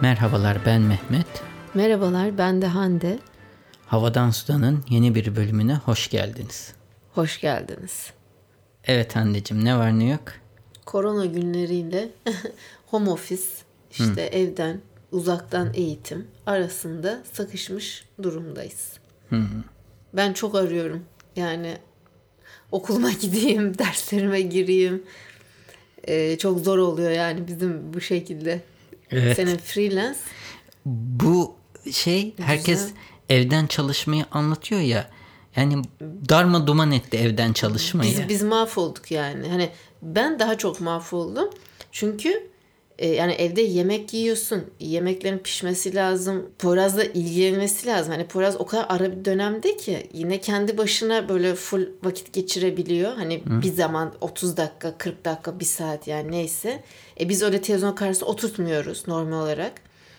Merhabalar, ben Mehmet. Merhabalar, ben de Hande. Havadan Sudan'ın yeni bir bölümüne hoş geldiniz. Hoş geldiniz. Evet Hande'cim, ne var ne yok? Korona günleriyle home office, evden, uzaktan eğitim arasında sıkışmış durumdayız. Ben çok arıyorum. Yani okuluma gideyim, derslerime gireyim. Çok zor oluyor yani bizim bu şekilde. Evet. Senin freelance. Bu herkes evden çalışmayı anlatıyor ya. Yani darma duman etti evden çalışmayı. Biz mahvolduk yani. Hani ben daha çok mahvoldum. Çünkü yani evde yemek yiyorsun. Yemeklerin pişmesi lazım. Poyraz'la ilgilenmesi lazım. Hani Poyraz o kadar ara bir dönemde ki yine kendi başına böyle full vakit geçirebiliyor. Hani bir zaman 30 dakika, 40 dakika, 1 saat yani neyse. Biz öyle televizyon karşısında oturtmuyoruz normal olarak.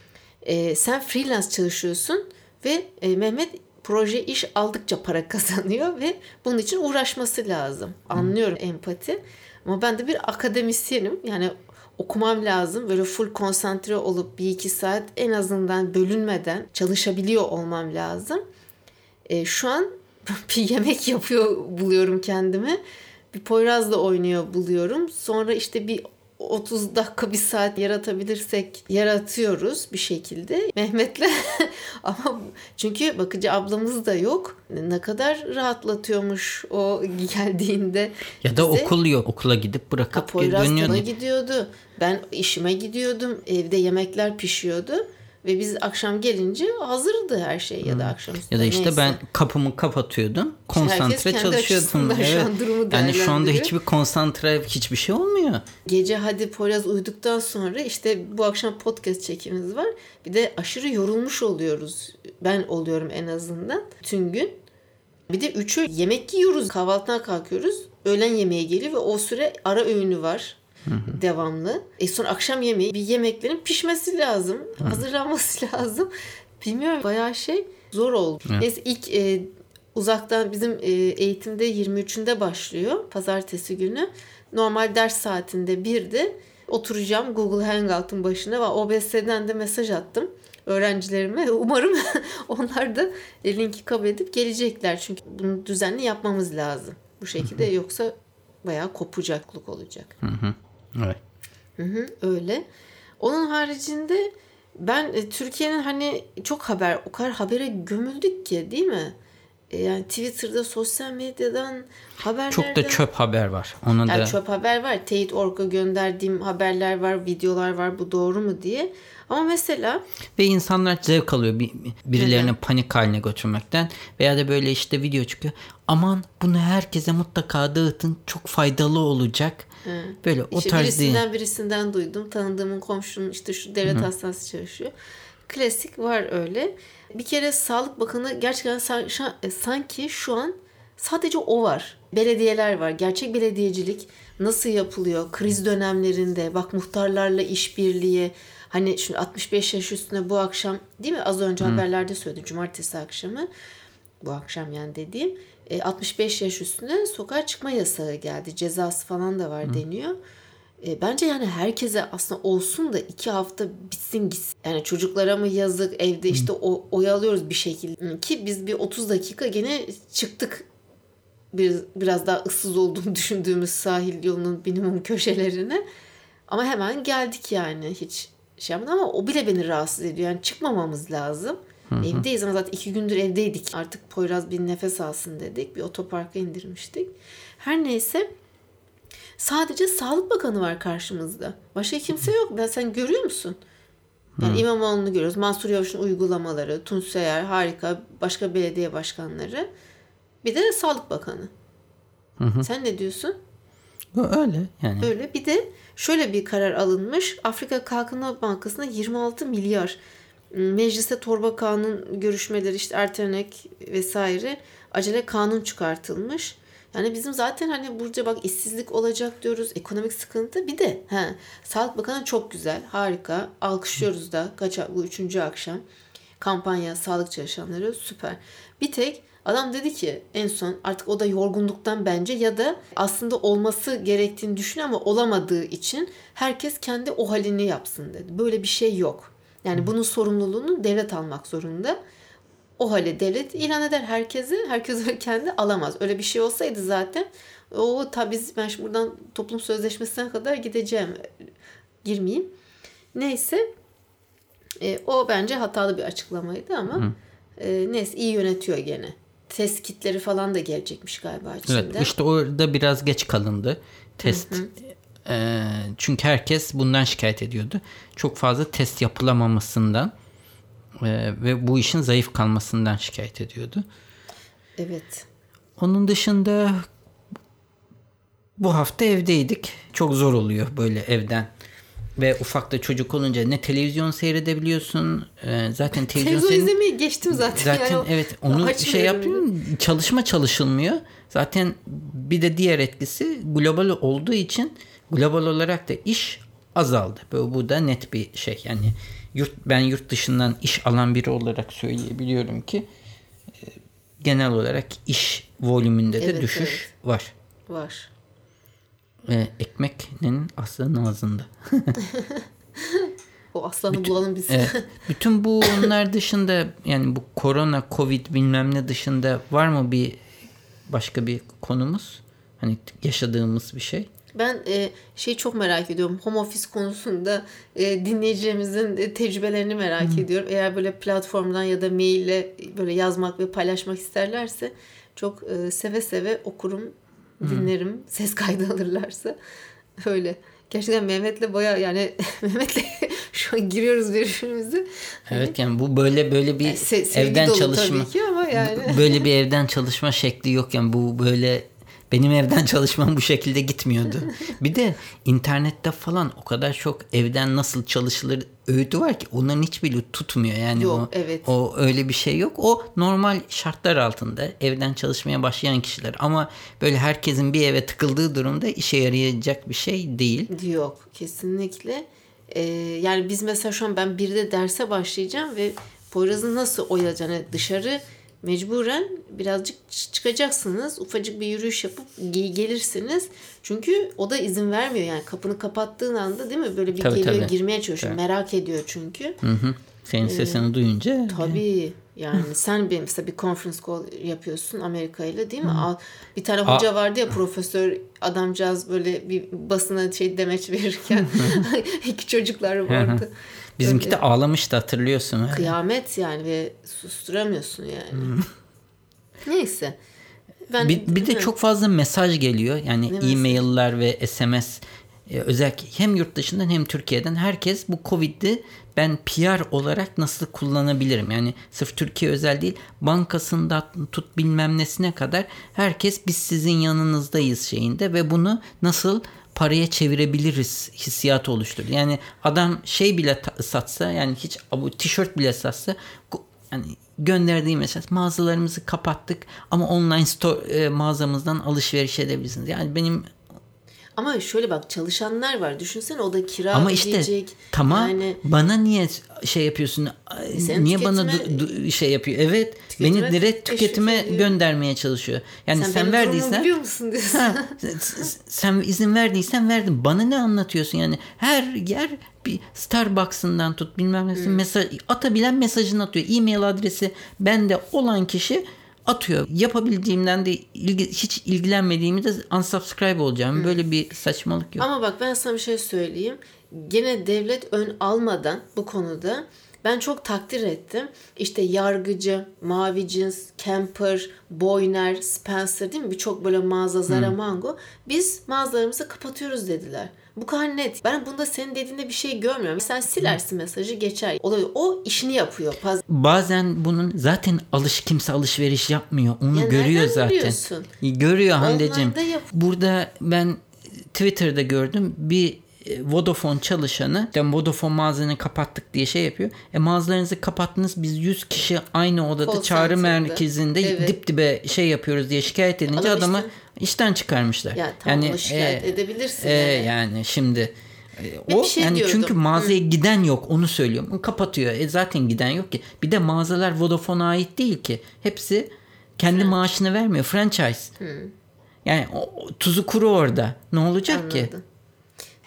Sen freelance çalışıyorsun ve Mehmet proje iş aldıkça para kazanıyor ve bunun için uğraşması lazım. Anlıyorum empati. Ama ben de bir akademisyenim. Yani okumam lazım. Böyle full konsantre olup 1-2 saat en azından bölünmeden çalışabiliyor olmam lazım. Şu an bir yemek yapıyor buluyorum kendimi. Bir Poyraz'la oynuyor buluyorum. Sonra bir 30 dakika 1 saat yaratabilirsek yaratıyoruz bir şekilde. Mehmet'le ama çünkü bakıcı ablamız da yok. Ne kadar rahatlatıyormuş o geldiğinde. Ya da bize, okul yok. Okula gidip bırakıp Poyraz dönüyordu. Gidiyordu. Ben işime gidiyordum. Evde yemekler pişiyordu. Ve biz akşam gelince hazırdı her şey ya da akşamüstü. Ya da neyse. ben kapımı kapatıyordum. Konsantre çalışıyordum. Evet. Yani şu anda hiçbir konsantre hiçbir şey olmuyor. Gece hadi Poyraz uyuduktan sonra bu akşam podcast çekimimiz var. Bir de aşırı yorulmuş oluyoruz. Ben oluyorum en azından tüm gün. Bir de 3'ü yemek yiyoruz. Kahvaltıdan kalkıyoruz. Öğlen yemeği geliyor ve o süre ara öğünü var. Devamlı. Sonra akşam yemeği, bir yemeklerin pişmesi lazım. Hazırlanması lazım. Bilmiyorum, bayağı zor oldu. Evet. Neyse ilk uzaktan bizim eğitimde 23'ünde başlıyor. Pazartesi günü. Normal ders saatinde 1'de oturacağım Google Hangout'un başına ve OBS'den de mesaj attım öğrencilerime. Umarım onlar da linki kabul edip gelecekler. Çünkü bunu düzenli yapmamız lazım. Bu şekilde yoksa bayağı kopacaklık olacak. Evet. Öyle. Onun haricinde ben Türkiye'nin çok o kadar habere gömüldük ki değil mi? Yani Twitter'da, sosyal medyadan, haberlerden. Çok da çöp haber var. Çöp haber var. Teyit.org'a gönderdiğim haberler var, videolar var. Bu doğru mu diye. Ama mesela... Ve insanlar zevk alıyor birilerini panik haline götürmekten. Veya da böyle video çıkıyor. Aman bunu herkese mutlaka dağıtın. Çok faydalı olacak. Böyle o tarz birisinden duydum. Tanıdığımın komşunun şu devlet hastanesi çalışıyor. Klasik var öyle. Bir kere Sağlık Bakanı gerçekten sanki şu an sadece o var. Belediyeler var. Gerçek belediyecilik nasıl yapılıyor? Kriz dönemlerinde bak muhtarlarla işbirliği. Hani şimdi 65 yaş üstüne bu akşam değil mi? Az önce haberlerde söyledim. Cumartesi akşamı. Bu akşam yani dediğim. 65 yaş üstüne sokağa çıkma yasağı geldi. Cezası falan da var deniyor. Bence yani herkese aslında olsun da 2 hafta bitsin gitsin. Yani çocuklara mı yazık, evde oyalıyoruz bir şekilde. Ki biz bir 30 dakika gene çıktık. Biraz daha ıssız olduğunu düşündüğümüz sahil yolunun minimum köşelerine. Ama hemen geldik yani hiç ama o bile beni rahatsız ediyor. Yani çıkmamamız lazım. Evdeyiz ama zaten 2 gündür evdeydik. Artık Poyraz bir nefes alsın dedik. Bir otoparka indirmiştik. Her neyse sadece Sağlık Bakanı var karşımızda. Başka kimse yok. Sen görüyor musun? Yani İmamoğlu'nu görüyoruz. Mansur Yavaş'ın uygulamaları, Tunç Soyer harika, başka belediye başkanları. Bir de Sağlık Bakanı. Sen ne diyorsun? Öyle yani. Öyle. Bir de şöyle bir karar alınmış. Afrika Kalkınma Bankası'na 26 milyar mecliste torba kanun görüşmeleri ertelenek vesaire acele kanun çıkartılmış. Yani bizim zaten burada bak işsizlik olacak diyoruz. Ekonomik sıkıntı. Bir de Sağlık Bakanı çok güzel. Harika. Alkışlıyoruz da. Bu 3. akşam. Kampanya sağlık çalışanları süper. Bir tek adam dedi ki en son artık o da yorgunluktan bence ya da aslında olması gerektiğini düşünüyor ama olamadığı için herkes kendi o halini yapsın dedi. Böyle bir şey yok. Yani bunun sorumluluğunu devlet almak zorunda. O halde devlet ilan eder herkese. Herkes kendi alamaz. Öyle bir şey olsaydı zaten ben şimdi buradan toplum sözleşmesine kadar gideceğim. Girmeyeyim. Neyse. O bence hatalı bir açıklamaydı ama neyse iyi yönetiyor gene. Test kitleri falan da gelecekmiş galiba içinde. Evet, işte orada biraz geç kalındı. Test. Çünkü herkes bundan şikayet ediyordu. Çok fazla test yapılamamasından ve bu işin zayıf kalmasından şikayet ediyordu. Evet. Onun dışında bu hafta evdeydik. Çok zor oluyor böyle evden. Ve ufak da çocuk olunca ne televizyon seyredebiliyorsun. Zaten televizyon izlemeyi geçtim zaten. Zaten yani evet onu şey yapıyorum. Çalışılmıyor. Zaten bir de diğer etkisi global olduğu için global olarak da iş azaldı. Bu da net bir şey. Yani ben yurt dışından iş alan biri olarak söyleyebiliyorum ki genel olarak iş volümünde de düşüş var. Var. Ekmeğinin aslanın ağzında. O aslanı bulalım biz. Bütün bunlar dışında yani bu korona, covid bilmem ne dışında var mı başka bir konumuz? Hani yaşadığımız bir şey. Ben çok merak ediyorum. Home office konusunda dinleyicilerimizin tecrübelerini merak ediyorum. Eğer böyle platformdan ya da maille böyle yazmak ve paylaşmak isterlerse çok seve seve okurum, dinlerim. Ses kaydı alırlarsa. Öyle. Gerçekten Mehmet'le bayağı yani Mehmet'le şu an giriyoruz birbirimize. Evet yani bu böyle bir evden çalışma. Tabii ki ama yani. Böyle bir evden çalışma şekli yok yani bu böyle. Benim evden çalışmam bu şekilde gitmiyordu. Bir de internette falan o kadar çok evden nasıl çalışılır öğütü var ki onların hiçbiri tutmuyor. Yani yok, o öyle bir şey yok. O normal şartlar altında evden çalışmaya başlayan kişiler ama böyle herkesin bir eve tıkıldığı durumda işe yarayacak bir şey değil. Yok kesinlikle. Yani biz mesela şu an ben 1'de derse başlayacağım ve Poyraz'ı nasıl oyalayacağını dışarı mecburen birazcık çıkacaksınız. Ufacık bir yürüyüş yapıp gelirsiniz. Çünkü o da izin vermiyor. Yani kapını kapattığın anda değil mi? Böyle bir geliyor girmeye çalışıyor. Evet. Merak ediyor çünkü. Senin sesini duyunca. Tabii. Yani sen mesela bir conference call yapıyorsun Amerika ile değil mi? Bir tane hoca vardı ya profesör adamcağız böyle bir basına demeç verirken 2 çocuklar vardı. Bizimki de ağlamıştı hatırlıyorsun. Kıyamet yani ve susturamıyorsun yani. Neyse. Bir de çok fazla mesaj geliyor. Yani e-mailler ve SMS özellikle hem yurt dışından hem Türkiye'den herkes bu Covid'i ben PR olarak nasıl kullanabilirim? Yani sırf Türkiye özel değil bankasından tut bilmem nesine kadar herkes biz sizin yanınızdayız şeyinde ve bunu nasıl paraya çevirebiliriz hissiyatı oluşturdu. Yani adam bile satsa yani hiç bu tişört bile satsa yani gönderdiği mesaj mağazalarımızı kapattık ama online store mağazamızdan alışveriş edebilirsiniz. Yani benim ama şöyle bak çalışanlar var. Düşünsene o da kira ama işte, ödeyecek. Tamam yani, bana niye yapıyorsun? Niye bana yapıyor? Evet. Beni direkt tüketime göndermeye çalışıyor. Yani sen verdiysen biliyor musun diyorsun. Sen izin verdiysen verdin. Bana ne anlatıyorsun yani? Her yer bir Starbucks'ından tut bilmem ne mesaj atabilen mesajını atıyor. E-mail adresi bende olan kişi atıyor. Yapabildiğimden de hiç ilgilenmediğimi de unsubscribe olacağım. Böyle bir saçmalık yok. Ama bak ben sana bir şey söyleyeyim. Gene devlet ön almadan bu konuda ben çok takdir ettim. İşte Yargıcı, Mavi Cins, Camper, Boyner, Spencer değil mi? Birçok böyle mağaza, Zara, Mango. Biz mağazalarımızı kapatıyoruz dediler. Bu kadar net. Ben bunda senin dediğinde bir şey görmüyorum. Sen silersin mesajı geçer. O işini yapıyor. Bazen bunun zaten kimse alışveriş yapmıyor. Onu görüyor zaten. Biliyorsun? Görüyor Hande'cim. Burada ben Twitter'da gördüm bir Vodafone çalışanı Vodafone mağazanı kapattık diye yapıyor. Mağazalarınızı kapattınız biz 100 kişi aynı odada çağrı merkezinde dip dibe yapıyoruz diye şikayet edince adamı işten çıkarmışlar. Ya, tamam yani şikayet edebilirsin. Yani şimdi o yani diyordum. Çünkü mağazaya giden yok onu söylüyorum. Kapatıyor. Zaten giden yok ki. Bir de mağazalar Vodafone'a ait değil ki. Hepsi kendi maaşını vermiyor. Franchise. Yani tuzu kuru orada. Ne olacak ki?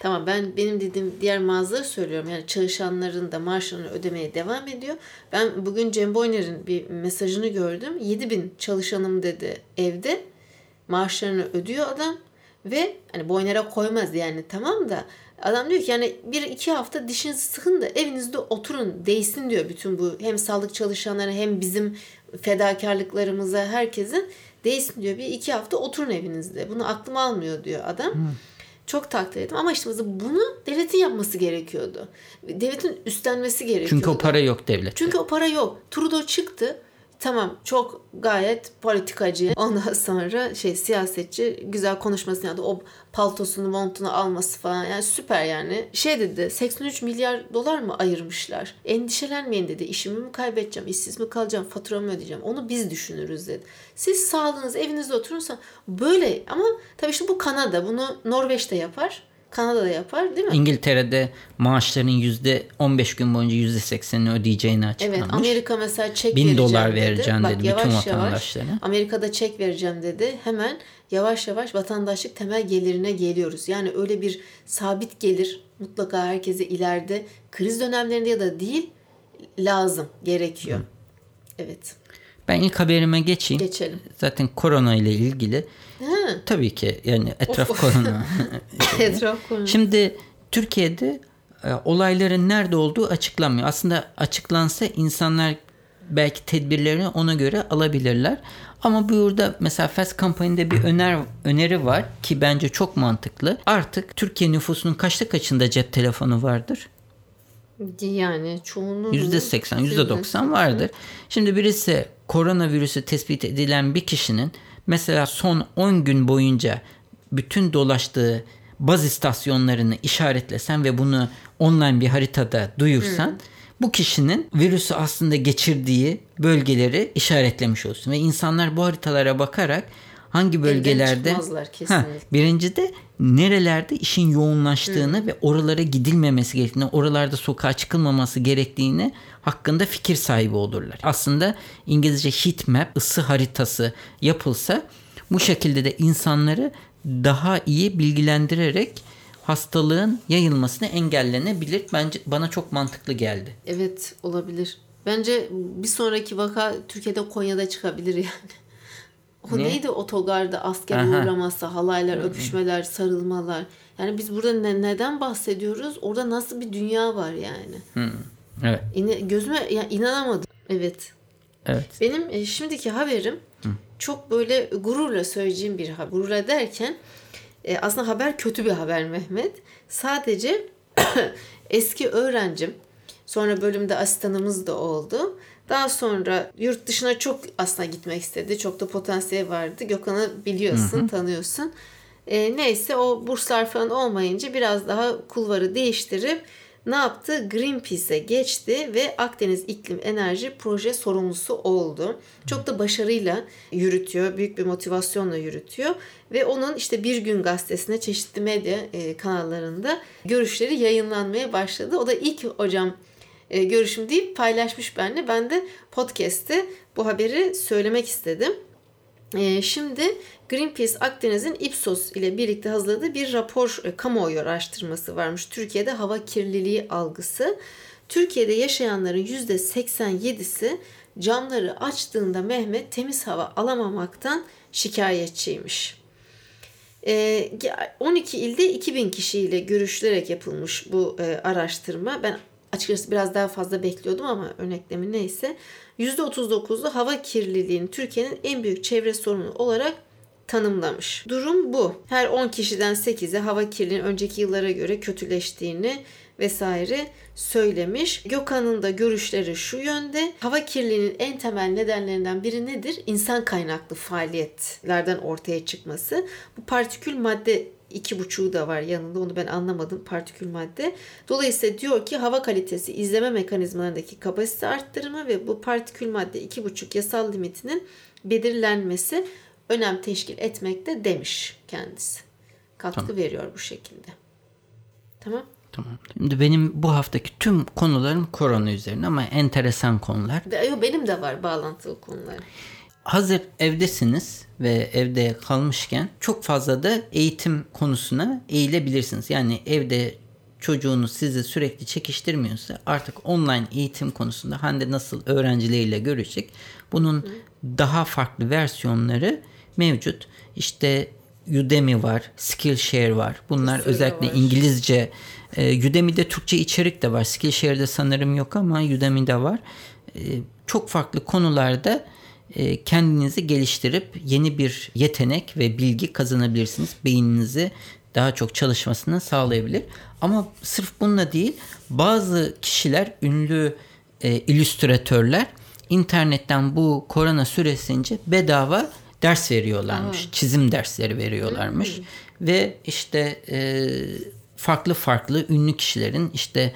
Tamam, benim dediğim diğer mağazaları söylüyorum. Yani çalışanların da maaşlarını ödemeye devam ediyor. Ben bugün Cem Boyner'in bir mesajını gördüm. 7.000 çalışanım dedi evde. Maaşlarını ödüyor adam. Ve hani Boyner'e koymaz yani, tamam da adam diyor ki yani 1-2 hafta dişinizi sıkın da evinizde oturun değsin diyor, bütün bu hem sağlık çalışanları hem bizim fedakarlıklarımıza herkesin değsin diyor. 1-2 hafta oturun evinizde. Bunu aklım almıyor diyor adam. Çok takdir ettim ama işte bunu devletin yapması gerekiyordu. Devletin üstlenmesi gerekiyordu. Çünkü o para yok devlette. Çünkü o para yok. Trudeau çıktı. Tamam, çok gayet politikacı. Ondan sonra siyasetçi, güzel konuşmasını yaptı. O paltosunu montunu alması falan. Yani süper yani. Dedi, 83 milyar dolar mı ayırmışlar? Endişelenmeyin dedi. İşimi mi kaybedeceğim? İşsiz mi kalacağım? Faturamı ödeyeceğim? Onu biz düşünürüz dedi. Siz sağlığınız evinizde oturursa böyle, ama tabii işte bu Kanada. Bunu Norveç'te yapar. Kanada'da yapar değil mi? İngiltere'de maaşların %15 gün boyunca %80'ini ödeyeceğini açıklamış. Evet, Amerika mesela çek $1,000 vereceğim vereceğim dedi bütün vatandaşlara. Amerika'da çek vereceğim dedi. Hemen yavaş yavaş vatandaşlık temel gelirine geliyoruz. Yani öyle bir sabit gelir mutlaka herkese ileride kriz dönemlerinde ya da değil lazım, gerekiyor. Evet. Ben ilk haberime geçeyim. Geçelim. Zaten korona ile ilgili. Tabii ki yani etraf korona. Etraf korona. Şimdi Türkiye'de olayların nerede olduğu açıklanmıyor. Aslında açıklansa insanlar belki tedbirlerini ona göre alabilirler. Ama burada mesela Fast Company'de bir öneri var ki bence çok mantıklı. Artık Türkiye nüfusunun kaçında cep telefonu vardır? Yani çoğunluğu %80, %90 vardır. Şimdi birisi koronavirüsü tespit edilen bir kişinin mesela son 10 gün boyunca bütün dolaştığı baz istasyonlarını işaretlesen ve bunu online bir haritada duyursan bu kişinin virüsü aslında geçirdiği bölgeleri işaretlemiş olsun. Ve insanlar bu haritalara bakarak hangi bölgelerde birinci de nerelerde işin yoğunlaştığını ve oralara gidilmemesi gerektiğini, oralarda sokağa çıkılmaması gerektiğini hakkında fikir sahibi olurlar. Aslında İngilizce heat map, ısı haritası yapılsa bu şekilde de insanları daha iyi bilgilendirerek hastalığın yayılmasını engellenebilir. Bana çok mantıklı geldi. Evet, olabilir. Bence bir sonraki vaka Türkiye'de, Konya'da çıkabilir yani. O neydi otogarda asker uğraması, halaylar, öpüşmeler, sarılmalar. Yani biz burada neden bahsediyoruz? Orada nasıl bir dünya var yani? Evet. Gözüme inanamadım. Evet. Benim şimdiki haberim çok böyle gururla söyleyeceğim bir haber. Gururla derken aslında haber kötü bir haber Mehmet. Sadece eski öğrencim, sonra bölümde asistanımız da oldu. Daha sonra yurt dışına çok aslında gitmek istedi. Çok da potansiyeli vardı. Gökhan'ı biliyorsun, tanıyorsun. Neyse, o burslar falan olmayınca biraz daha kulvarı değiştirip ne yaptı? Greenpeace'e geçti ve Akdeniz İklim Enerji Proje sorumlusu oldu. Çok da başarıyla yürütüyor. Büyük bir motivasyonla yürütüyor. Ve onun işte Bir Gün Gazetesi'ne, çeşitli medya kanallarında görüşleri yayınlanmaya başladı. O da ilk hocam görüşüm deyip paylaşmış benimle. Ben de podcast'te bu haberi söylemek istedim. Şimdi Greenpeace Akdeniz'in Ipsos ile birlikte hazırladığı bir rapor, kamuoyu araştırması varmış. Türkiye'de hava kirliliği algısı. Türkiye'de yaşayanların %87'si camları açtığında Mehmet temiz hava alamamaktan şikayetçiymiş. 12 ilde 2000 kişiyle görüşülerek yapılmış bu araştırma. Ben açıkçası biraz daha fazla bekliyordum ama örneklemi neyse. %39'u hava kirliliğini Türkiye'nin en büyük çevre sorunu olarak tanımlamış. Durum bu. Her 10 kişiden 8'i hava kirliliğinin önceki yıllara göre kötüleştiğini vesaire söylemiş. Gökhan'ın da görüşleri şu yönde. Hava kirliliğinin en temel nedenlerinden biri nedir? İnsan kaynaklı faaliyetlerden ortaya çıkması. Bu partikül madde 2,5'u da var yanında, onu ben anlamadım, partikül madde. Dolayısıyla diyor ki hava kalitesi izleme mekanizmalarındaki kapasite arttırımı ve bu partikül madde 2,5 yasal limitinin belirlenmesi önem teşkil etmekte demiş kendisi. Katkı veriyor bu şekilde. Tamam. Şimdi benim bu haftaki tüm konularım korona üzerine ama enteresan konular. Benim de var bağlantılı konular. hazır evdesiniz ve evde kalmışken çok fazla da eğitim konusuna eğilebilirsiniz. Yani evde çocuğunuz sizi sürekli çekiştirmiyorsa artık online eğitim konusunda Hande nasıl öğrencileriyle görüşecek? Bunun daha farklı versiyonları mevcut. İşte Udemy var, Skillshare var. Bunlar özellikle İngilizce. Udemy'de Türkçe içerik de var. Skillshare'de sanırım yok ama Udemy'de var. Çok farklı konularda kendinizi geliştirip yeni bir yetenek ve bilgi kazanabilirsiniz. Beyninizi daha çok çalışmasını sağlayabilir. Ama sırf bununla değil, bazı kişiler, ünlü illüstratörler internetten bu korona süresince bedava ders veriyorlarmış. Çizim dersleri veriyorlarmış. Ve işte farklı farklı ünlü kişilerin işte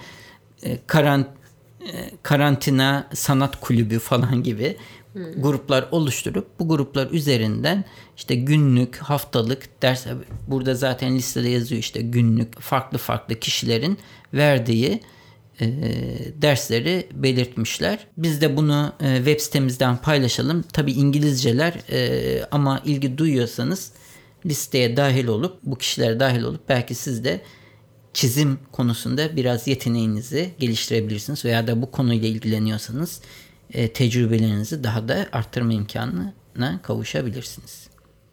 karantina sanat kulübü falan gibi gruplar oluşturup bu gruplar üzerinden işte günlük, haftalık ders, burada zaten listede yazıyor, işte günlük farklı farklı kişilerin verdiği dersleri belirtmişler. Biz de bunu web sitemizden paylaşalım. Tabii İngilizceler ama ilgi duyuyorsanız listeye dahil olup, bu kişilere dahil olup belki siz de çizim konusunda biraz yeteneğinizi geliştirebilirsiniz veya da bu konuyla ilgileniyorsanız tecrübelerinizi daha da arttırma imkanına kavuşabilirsiniz.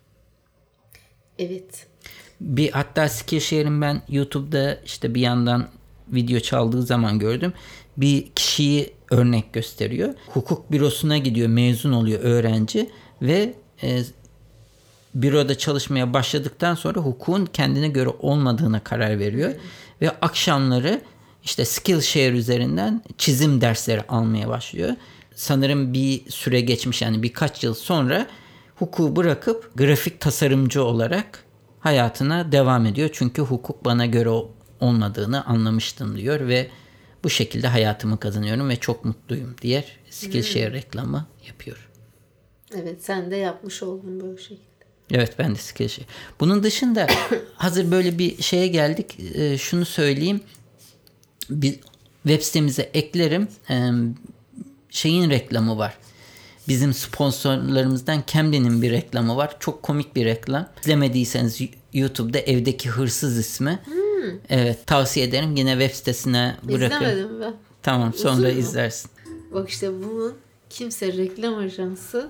Evet. Hatta Skillshare'in ben YouTube'da işte bir yandan video çaldığı zaman gördüm. Bir kişiyi örnek gösteriyor. Hukuk bürosuna gidiyor, mezun oluyor öğrenci ve büroda çalışmaya başladıktan sonra hukukun kendine göre olmadığına karar veriyor. Ve akşamları işte Skillshare üzerinden çizim dersleri almaya başlıyor. Sanırım bir süre geçmiş, yani birkaç yıl sonra hukuku bırakıp grafik tasarımcı olarak hayatına devam ediyor. Çünkü hukuk bana göre olmadığını anlamıştım diyor ve bu şekilde hayatımı kazanıyorum ve çok mutluyum diye Skillshare reklamı yapıyor. Evet, sen de yapmış oldun böyle şekilde. Evet, ben de Skillshare. Bunun dışında hazır böyle bir şeye geldik. Şunu söyleyeyim. Bir web sitemize eklerim. Şeyin reklamı var. Bizim sponsorlarımızdan Cambly'nin bir reklamı var. Çok komik bir reklam. İzlemediyseniz YouTube'da Evdeki Hırsız ismi. Evet, tavsiye ederim. Yine web sitesine bırakın. İzlemedim ben. Tamam, sonra izlersin. Bak işte bunun kimse reklam ajansı.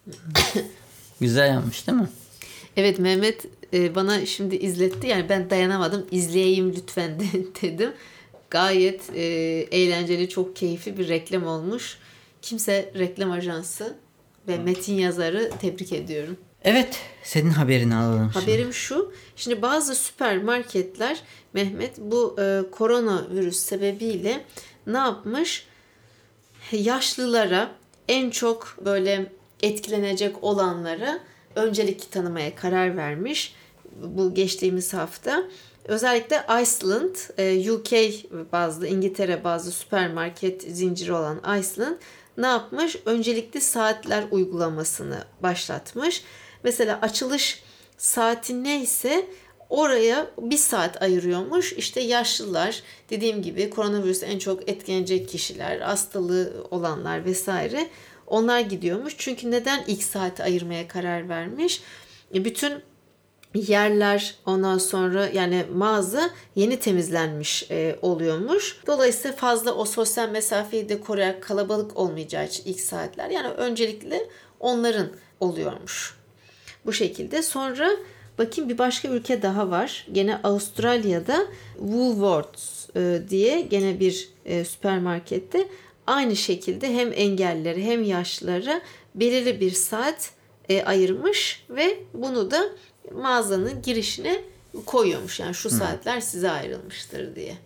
Güzel yapmış değil mi? Evet, Mehmet bana şimdi izletti. Yani ben dayanamadım. İzleyeyim lütfen dedim. Gayet eğlenceli, çok keyifli bir reklam olmuş. Kimse reklam ajansı ve metin yazarı tebrik ediyorum. Evet, senin haberini alalım. Haberim şu. Şimdi bazı süpermarketler, Mehmet, bu koronavirüs sebebiyle ne yapmış? Yaşlılara, en çok böyle etkilenecek olanlara öncelik tanımaya karar vermiş. Bu geçtiğimiz hafta. Özellikle Iceland, UK bazlı, İngiltere bazlı süpermarket zinciri olan Iceland ne yapmış? Öncelikli saatler uygulamasını başlatmış. Mesela açılış saati neyse oraya bir saat ayırıyormuş. İşte yaşlılar, dediğim gibi koronavirüs en çok etkilenecek kişiler, hastalığı olanlar vesaire, onlar gidiyormuş. Çünkü neden ilk saati ayırmaya karar vermiş? Bütün yerler, ondan sonra yani mağaza yeni temizlenmiş oluyormuş. Dolayısıyla fazla o sosyal mesafeyi de koruyarak kalabalık olmayacağı için ilk saatler, yani öncelikle onların oluyormuş. Bu şekilde. Sonra bakayım, bir başka ülke daha var. Gene Avustralya'da Woolworths diye gene bir süpermarkette aynı şekilde hem engellilere hem yaşlılara belirli bir saat ayırmış ve bunu da mağazanın girişine koyuyormuş. Yani şu saatler size ayrılmıştır diye.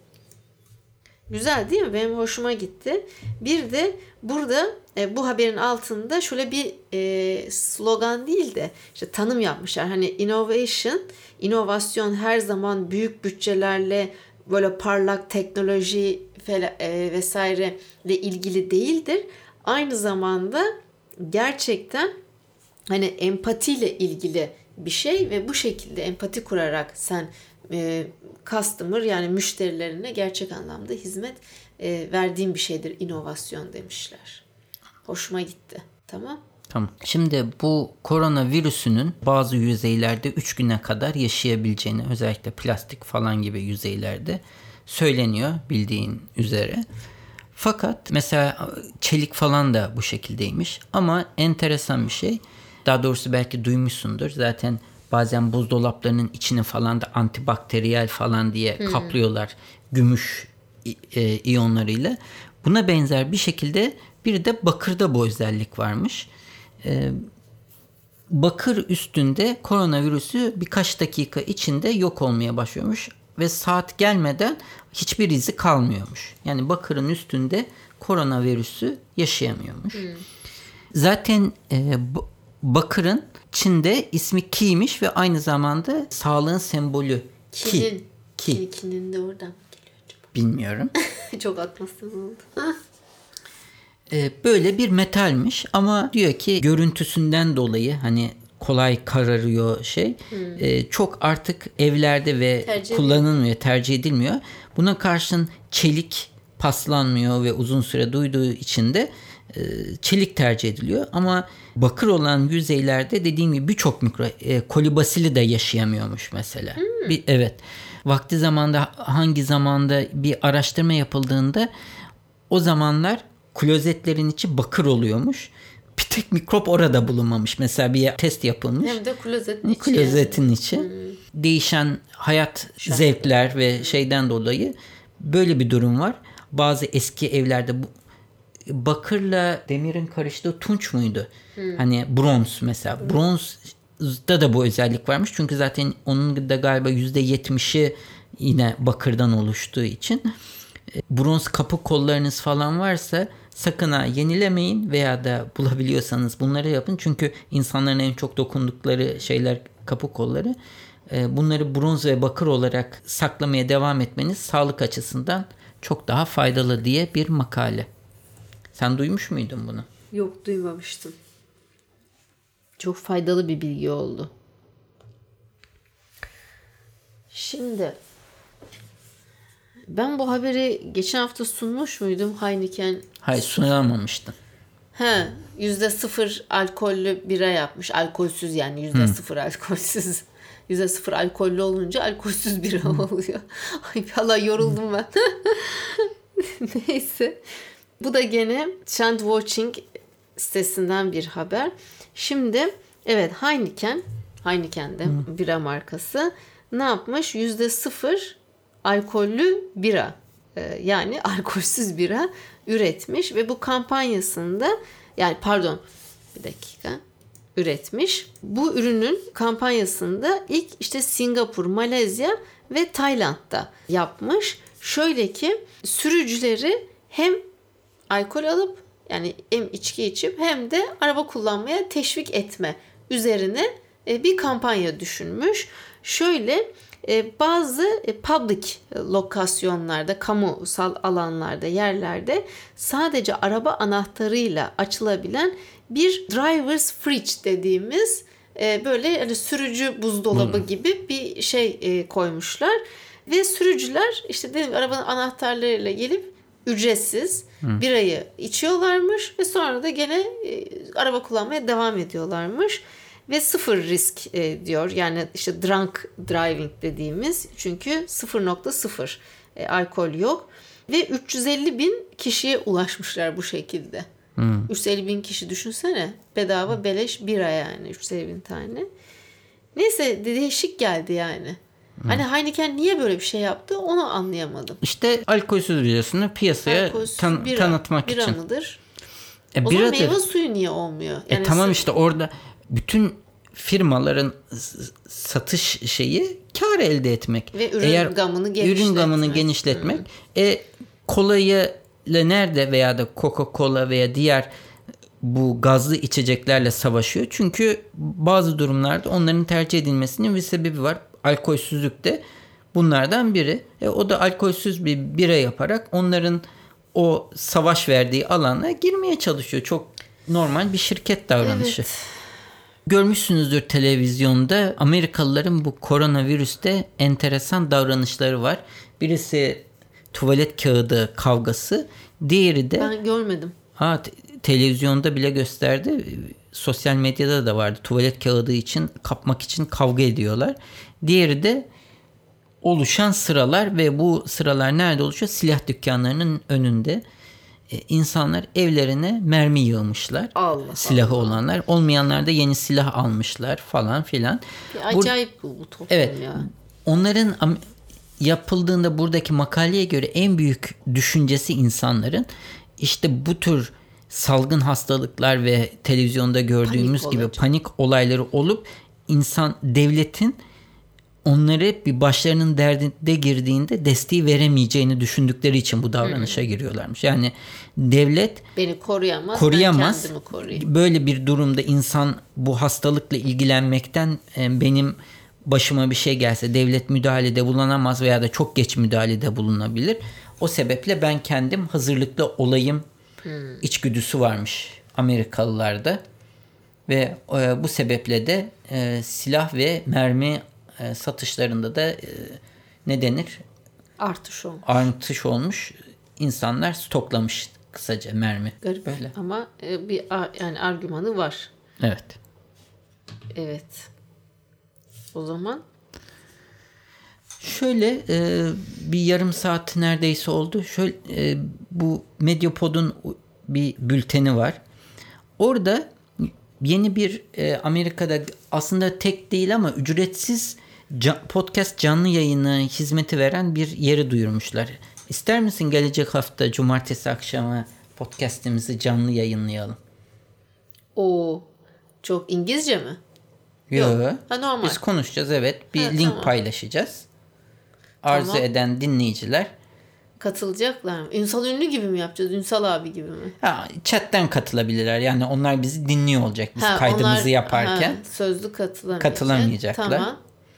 Güzel değil mi? Benim hoşuma gitti. Bir de burada bu haberin altında şöyle bir slogan değil de işte tanım yapmışlar. Hani inovasyon her zaman büyük bütçelerle böyle parlak teknoloji vesaire ile ilgili değildir. Aynı zamanda gerçekten hani empatiyle ilgili bir şey ve bu şekilde empati kurarak sen customer, yani müşterilerine gerçek anlamda hizmet verdiğin bir şeydir inovasyon demişler. Hoşuma gitti. Tamam. Tamam. Şimdi bu koronavirüsünün bazı yüzeylerde 3 güne kadar yaşayabileceğini, özellikle plastik falan gibi yüzeylerde söyleniyor bildiğin üzere. Fakat mesela çelik falan da bu şekildeymiş. Ama enteresan bir şey. Daha doğrusu belki duymuşsundur. Zaten bazen buzdolaplarının içini falan da antibakteriyel falan diye kaplıyorlar. Gümüş iyonlarıyla. Buna benzer bir şekilde bir de bakırda bu özellik varmış. Bakır üstünde koronavirüsü birkaç dakika içinde yok olmaya başlıyormuş ve saat gelmeden hiçbir izi kalmıyormuş. Yani bakırın üstünde koronavirüsü yaşayamıyormuş. Zaten bakırın Çin'de ismi Ki'ymiş ve aynı zamanda sağlığın sembolü. Ki'nin de oradan mı geliyor acaba? Bilmiyorum. Çok atmasın oldu. Böyle bir metalmiş ama diyor ki görüntüsünden dolayı hani kolay kararıyor çok artık evlerde ve kullanılmıyor, tercih edilmiyor. Buna karşın çelik paslanmıyor ve uzun süre duyduğu için de çelik tercih ediliyor. Ama bakır olan yüzeylerde dediğim gibi birçok kolibasili de yaşayamıyormuş mesela. Evet. Vakti zamanda hangi zamanda bir araştırma yapıldığında o zamanlar klozetlerin içi bakır oluyormuş. Bir tek mikrop orada bulunmamış. Mesela bir test yapılmış. Hem de klozetin içi. Değişen hayat zevkler ve şeyden dolayı böyle bir durum var. Bazı eski evlerde bakırla demirin karıştığı tunç muydu? Hani bronz mesela. Bronzda da bu özellik varmış. Çünkü zaten onun da galiba %70'i yine bakırdan oluştuğu için. Bronz kapı kollarınız falan varsa sakın ha yenilemeyin veya da bulabiliyorsanız bunları yapın. Çünkü insanların en çok dokundukları şeyler kapı kolları. Bunları bronz ve bakır olarak saklamaya devam etmeniz sağlık açısından çok daha faydalı diye bir makale. Sen duymuş muydun bunu? Yok, duymamıştım. Çok faydalı bir bilgi oldu. Şimdi ben bu haberi geçen hafta sunmuş muydum? Heineken. Hayır, sunamamıştın. %0 alkollü bira yapmış. Alkolsüz yani %0 alkolsüz. %0 alkollü olunca alkolsüz bira oluyor. Ay valla yoruldum ben. Neyse. Bu da gene Trend Watching sitesinden bir haber. Şimdi evet Heineken'de bira markası ne yapmış? %0 alkollü bira yani alkolsüz bira üretmiş ve bu kampanyasında üretmiş. Bu ürünün kampanyasında ilk işte Singapur, Malezya ve Tayland'da yapmış. Şöyle ki sürücüleri hem alkol alıp yani hem içki içip hem de araba kullanmaya teşvik etme üzerine bir kampanya düşünmüş. Şöyle bazı public lokasyonlarda, kamusal alanlarda, yerlerde sadece araba anahtarıyla açılabilen bir driver's fridge dediğimiz böyle yani sürücü buzdolabı gibi bir şey koymuşlar. Ve sürücüler işte dediğim arabanın anahtarlarıyla gelip ücretsiz birayı içiyorlarmış ve sonra da gene araba kullanmaya devam ediyorlarmış. Ve sıfır risk diyor. Yani işte drunk driving dediğimiz, çünkü 0.0 alkol yok. Ve 350 bin kişiye ulaşmışlar bu şekilde. 350 bin kişi düşünsene. Bedava beleş bira yani 350 bin tane. Neyse değişik geldi yani. Hani Heineken niye böyle bir şey yaptı onu anlayamadım. İşte alkolsüz birasını piyasaya tanıtmak için. Bira mıdır? O zaman meyve suyu niye olmuyor? Yani tamam işte orada bütün firmaların satış şeyi kar elde etmek. Ve ürün gamını genişletmek. Kolayı nerede veya da Coca-Cola veya diğer bu gazlı içeceklerle savaşıyor. Çünkü bazı durumlarda onların tercih edilmesinin bir sebebi var. Alkolsüzlük de bunlardan biri. O da alkolsüz bir bira yaparak onların o savaş verdiği alana girmeye çalışıyor. Çok normal bir şirket davranışı. Evet. Görmüşsünüzdür televizyonda Amerikalıların bu koronavirüste enteresan davranışları var. Birisi tuvalet kağıdı kavgası, diğeri de... Ben görmedim. Televizyonda bile gösterdi. sosyal medyada da vardı. Tuvalet kağıdı için kapmak için kavga ediyorlar. Diğeri de oluşan sıralar ve bu sıralar nerede oluşuyor? Silah dükkanlarının önünde. İnsanlar evlerine mermi yığmışlar. Allah silahı Allah. olanlar. Olmayanlar da yeni silah almışlar falan filan. Acayip bu toplum evet, ya. Onların yapıldığında buradaki makaleye göre en büyük düşüncesi insanların işte bu tür salgın hastalıklar ve televizyonda gördüğümüz gibi panik olayları olup devletin onları bir başlarının derdine girdiğinde desteği veremeyeceğini düşündükleri için bu davranışa giriyorlarmış. Yani devlet beni koruyamaz. Ben kendimi koruyayım. Böyle bir durumda insan bu hastalıkla ilgilenmekten benim başıma bir şey gelse devlet müdahalede bulunamaz veya da çok geç müdahalede bulunabilir. O sebeple ben kendim hazırlıklı olayım içgüdüsü varmış Amerikalılarda. Ve bu sebeple de silah ve mermi satışlarında da ne denir? Artış olmuş. İnsanlar stoklamış kısaca mermi. Garip. Böyle. Ama bir yani argümanı var. Evet. Evet. O zaman şöyle bir yarım saat neredeyse oldu. Şöyle bu Mediapod'un bir bülteni var. Orada yeni bir Amerika'da aslında tek değil ama ücretsiz podcast canlı yayını hizmeti veren bir yeri duyurmuşlar. İster misin gelecek hafta cumartesi akşamı podcast'imizi canlı yayınlayalım? O çok İngilizce mi? Yok. Normal. Biz konuşacağız, evet. Bir link paylaşacağız. Arzu eden dinleyiciler katılacaklar mı? Ünsal Ünlü gibi mi yapacağız? Ünsal abi gibi mi? Chatten katılabilirler. Yani onlar bizi dinliyor olacak biz kaydımızı yaparken. Sözlü katılamayacaklar.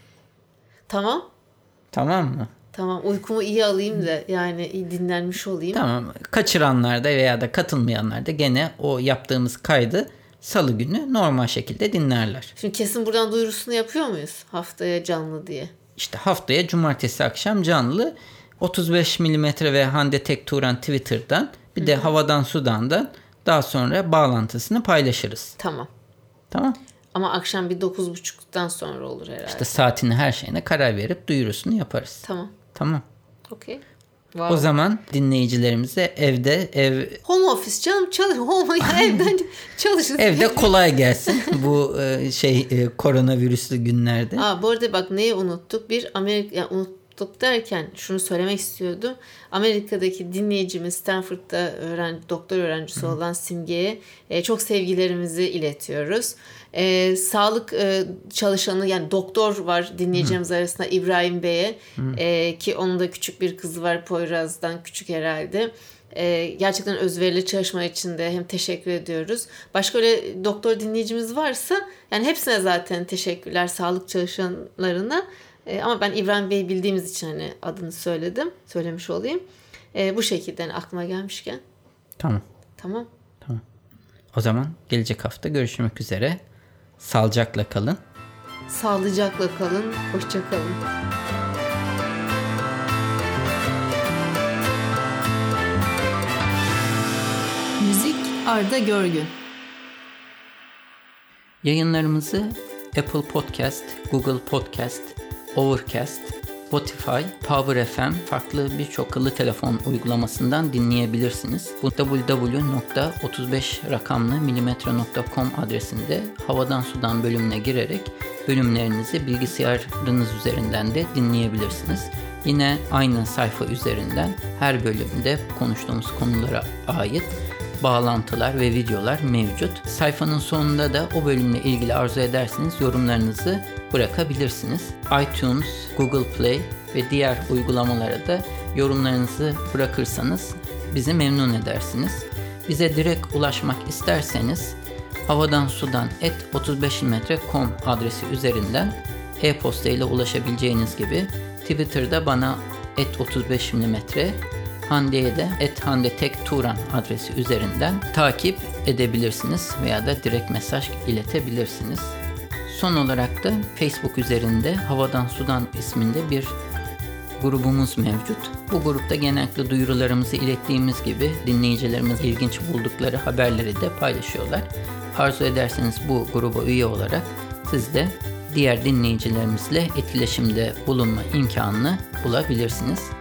Tamam mı? Tamam. Uykumu iyi alayım da yani iyi dinlenmiş olayım. Tamam. Kaçıranlar da veya da katılmayanlar da gene o yaptığımız kaydı Salı günü normal şekilde dinlerler. Şimdi kesin buradan duyurusunu yapıyor muyuz? Haftaya canlı diye. İşte haftaya cumartesi akşam canlı 35 mm ve Hande Tekturan Twitter'dan bir de Havadan Sudan'dan daha sonra bağlantısını paylaşırız. Tamam. Ama akşam bir 9.30'dan sonra olur herhalde. İşte saatini her şeyine karar verip duyurusunu yaparız. Tamam. Okey. Wow. O zaman dinleyicilerimize home office canım evden çalışın. Evde kolay gelsin bu koronavirüslü günlerde. Bu arada bak neyi unuttuk? Unuttuk derken şunu söylemek istiyordum. Amerika'daki dinleyicimiz Stanford'da doktor öğrencisi olan Simge'ye çok sevgilerimizi iletiyoruz. Sağlık çalışanı yani doktor var dinleyeceğimiz arasında İbrahim Bey'e ki onun da küçük bir kızı var, Poyraz'dan küçük herhalde. Gerçekten özverili çalışma için de hem teşekkür ediyoruz. Başka öyle doktor dinleyicimiz varsa yani hepsine zaten teşekkürler, sağlık çalışanlarına. Ama ben İbrahim Bey'i bildiğimiz için hani adını söylemiş olayım. Bu şekilde yani aklıma gelmişken. Tamam. O zaman gelecek hafta görüşmek üzere. Sağlıcakla kalın. Sağlıcakla kalın. Hoşça kalın. Müzik Arda Görgün. Yayınlarımızı Apple Podcast, Google Podcast, Overcast, Spotify, Power FM farklı birçok akıllı telefon uygulamasından dinleyebilirsiniz. Bu www.35rakamlı-mm.com adresinde Havadan Sudan bölümüne girerek bölümlerinizi bilgisayarınız üzerinden de dinleyebilirsiniz. Yine aynı sayfa üzerinden her bölümde konuştuğumuz konulara ait bağlantılar ve videolar mevcut. Sayfanın sonunda da o bölümle ilgili arzu ederseniz yorumlarınızı bırakabilirsiniz. iTunes, Google Play ve diğer uygulamalara da yorumlarınızı bırakırsanız bizi memnun edersiniz. Bize direkt ulaşmak isterseniz havadansudan@35mm.com adresi üzerinden e-posta ile ulaşabileceğiniz gibi Twitter'da bana @35mm, Hande'ye de @handetekturan adresi üzerinden takip edebilirsiniz veya da direkt mesaj iletebilirsiniz. Son olarak da Facebook üzerinde Havadan Sudan isminde bir grubumuz mevcut. Bu grupta genellikle duyurularımızı ilettiğimiz gibi dinleyicilerimiz ilginç buldukları haberleri de paylaşıyorlar. arzu ederseniz bu gruba üye olarak siz de diğer dinleyicilerimizle etkileşimde bulunma imkanını bulabilirsiniz.